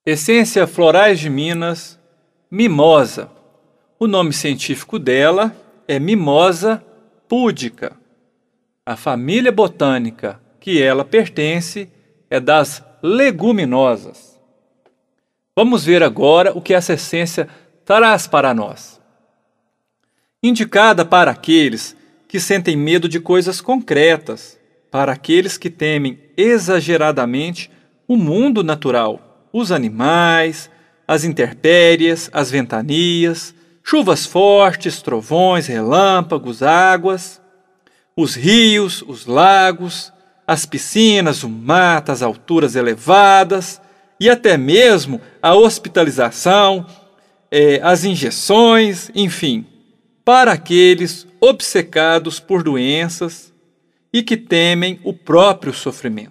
Essência Florais de Minas, mimosa. O nome científico dela é Mimosa pudica. A família botânica que ela pertence é das leguminosas. Vamos ver agora o que essa essência traz para nós. Indicada para aqueles que sentem medo de coisas concretas, para aqueles que temem exageradamente o mundo natural, os animais, as intempéries, as ventanias, chuvas fortes, trovões, relâmpagos, águas, os rios, os lagos, as piscinas, o mato, as alturas elevadas e até mesmo a hospitalização, as injeções, enfim, para aqueles obcecados por doenças e que temem o próprio sofrimento.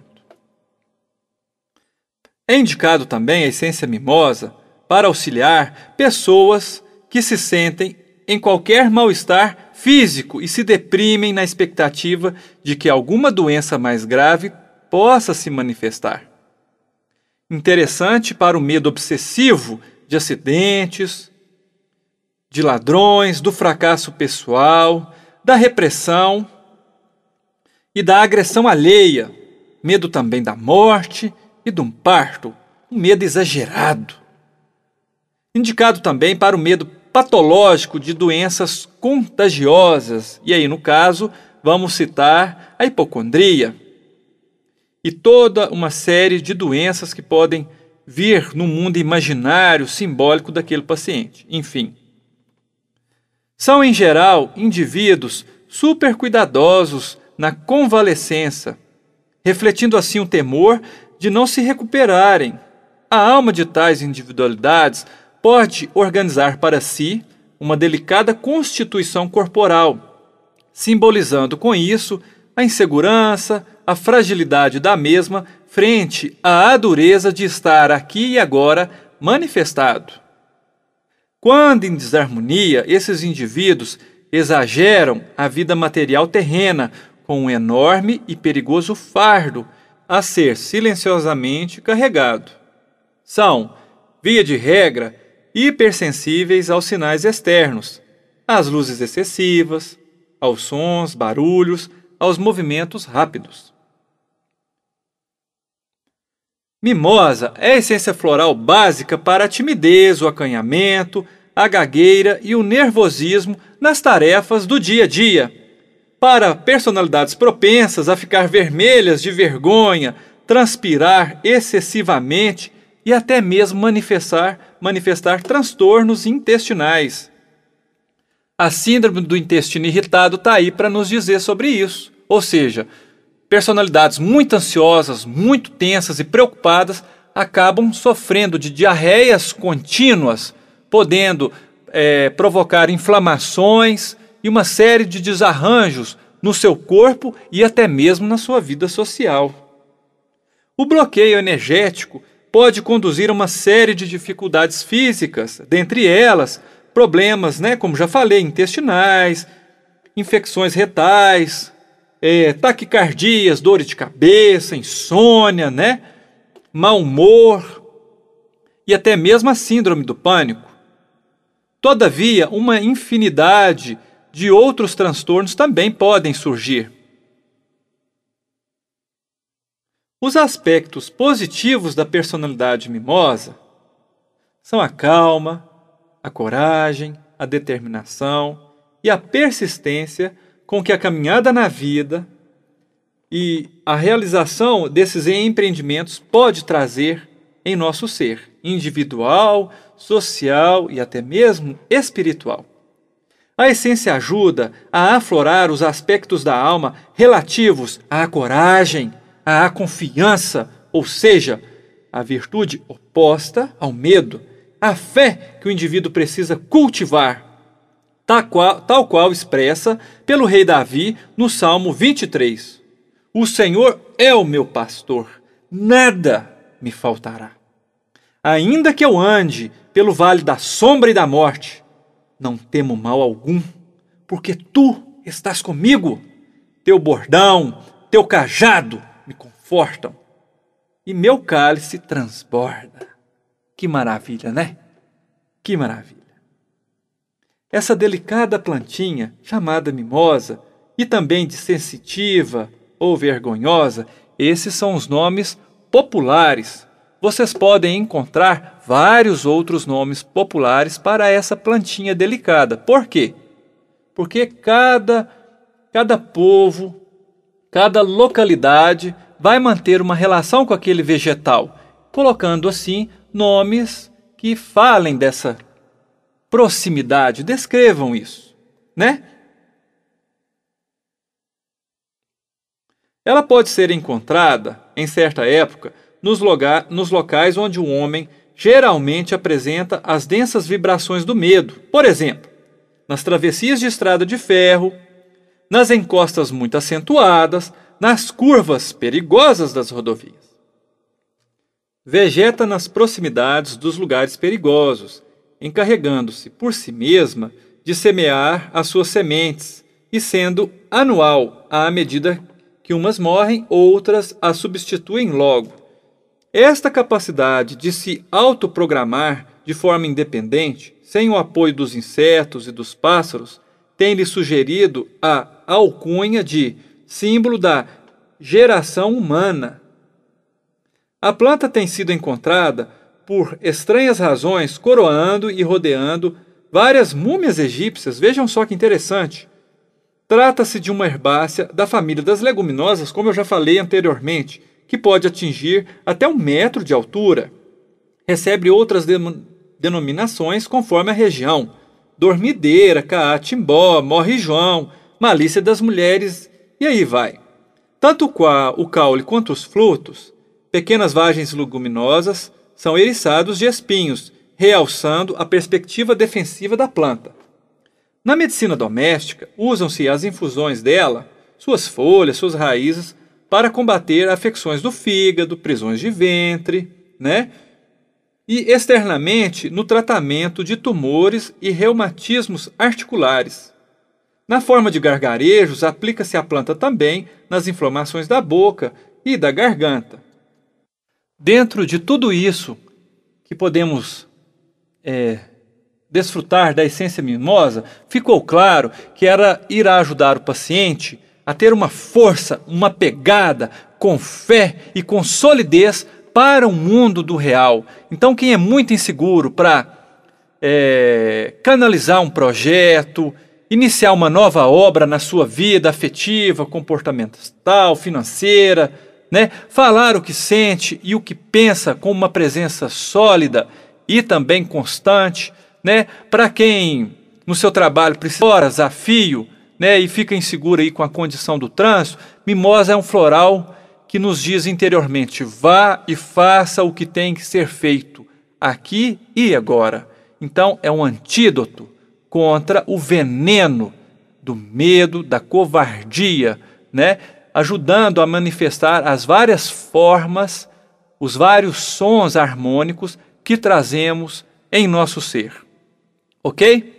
É indicado também a essência mimosa para auxiliar pessoas que se sentem em qualquer mal-estar físico e se deprimem na expectativa de que alguma doença mais grave possa se manifestar. Interessante para o medo obsessivo de acidentes, de ladrões, do fracasso pessoal, da repressão e da agressão alheia, medo também da morte e de um parto, um medo exagerado. Indicado também para o medo patológico de doenças contagiosas, e aí no caso vamos citar a hipocondria e toda uma série de doenças que podem vir no mundo imaginário, simbólico daquele paciente. Enfim, são em geral indivíduos super cuidadosos na convalescença, refletindo assim o temor de não se recuperarem. A alma de tais individualidades pode organizar para si uma delicada constituição corporal, simbolizando com isso a insegurança, a fragilidade da mesma frente à dureza de estar aqui e agora manifestado. Quando em desarmonia, esses indivíduos exageram a vida material terrena com um enorme e perigoso fardo a ser silenciosamente carregado. São, via de regra, hipersensíveis aos sinais externos, às luzes excessivas, aos sons, barulhos, aos movimentos rápidos. Mimosa é a essência floral básica para a timidez, o acanhamento, a gagueira e o nervosismo nas tarefas do dia a dia. Para personalidades propensas a ficar vermelhas de vergonha, transpirar excessivamente e até mesmo manifestar transtornos intestinais. A síndrome do intestino irritado está aí para nos dizer sobre isso. Ou seja, personalidades muito ansiosas, muito tensas e preocupadas acabam sofrendo de diarreias contínuas, podendo provocar inflamações e uma série de desarranjos no seu corpo e até mesmo na sua vida social. O bloqueio energético pode conduzir a uma série de dificuldades físicas, dentre elas problemas, como já falei, intestinais, infecções retais, taquicardias, dores de cabeça, insônia, mau humor e até mesmo a síndrome do pânico. Todavia, uma infinidade de outros transtornos também podem surgir. Os aspectos positivos da personalidade mimosa são a calma, a coragem, a determinação e a persistência com que a caminhada na vida e a realização desses empreendimentos pode trazer em nosso ser individual, social e até mesmo espiritual. A essência ajuda a aflorar os aspectos da alma relativos à coragem, à confiança, ou seja, a virtude oposta ao medo, a fé que o indivíduo precisa cultivar, tal qual expressa pelo rei Davi no Salmo 23. O Senhor é o meu pastor, nada me faltará. Ainda que eu ande pelo vale da sombra e da morte, não temo mal algum, porque tu estás comigo. Teu bordão, teu cajado me confortam, e meu cálice transborda. Que maravilha, né? Que maravilha! Essa delicada plantinha, chamada mimosa, e também de sensitiva ou vergonhosa, esses são os nomes populares. Vocês podem encontrar vários outros nomes populares para essa plantinha delicada. Por quê? Porque cada povo, cada localidade vai manter uma relação com aquele vegetal, colocando assim nomes que falem dessa proximidade, descrevam isso, né? Ela pode ser encontrada, em certa época, nos locais onde o homem geralmente apresenta as densas vibrações do medo. Por exemplo, nas travessias de estrada de ferro, nas encostas muito acentuadas, nas curvas perigosas das rodovias. Vegeta nas proximidades dos lugares perigosos, encarregando-se por si mesma de semear as suas sementes e sendo anual à medida que umas morrem, outras as substituem logo. Esta capacidade de se autoprogramar de forma independente, sem o apoio dos insetos e dos pássaros, tem-lhe sugerido a alcunha de símbolo da geração humana. A planta tem sido encontrada, por estranhas razões, coroando e rodeando várias múmias egípcias. Vejam só que interessante. Trata-se de uma herbácea da família das leguminosas, como eu já falei anteriormente, que pode atingir até 1 metro de altura. Recebe outras denominações conforme a região: dormideira, caatimbó, morrijão, malícia das mulheres, e aí vai. Tanto o caule quanto os frutos, pequenas vagens leguminosas, são eriçados de espinhos, realçando a perspectiva defensiva da planta. Na medicina doméstica, usam-se as infusões dela, suas folhas, suas raízes, para combater afecções do fígado, prisões de ventre, né? E externamente no tratamento de tumores e reumatismos articulares. Na forma de gargarejos, aplica-se a planta também nas inflamações da boca e da garganta. Dentro de tudo isso que podemos desfrutar da essência mimosa, ficou claro que ela irá ajudar o paciente a ter uma força, uma pegada, com fé e com solidez para o mundo do real. Então, quem é muito inseguro para canalizar um projeto, iniciar uma nova obra na sua vida afetiva, comportamental, financeira, né? Falar o que sente e o que pensa com uma presença sólida e também constante, né? Para quem no seu trabalho precisa de horas a fio, né? E fica inseguro aí com a condição do trânsito, mimosa é um floral que nos diz interiormente: vá e faça o que tem que ser feito aqui e agora. Então é um antídoto contra o veneno do medo, da covardia, né? Ajudando a manifestar as várias formas, os vários sons harmônicos que trazemos em nosso ser. Ok?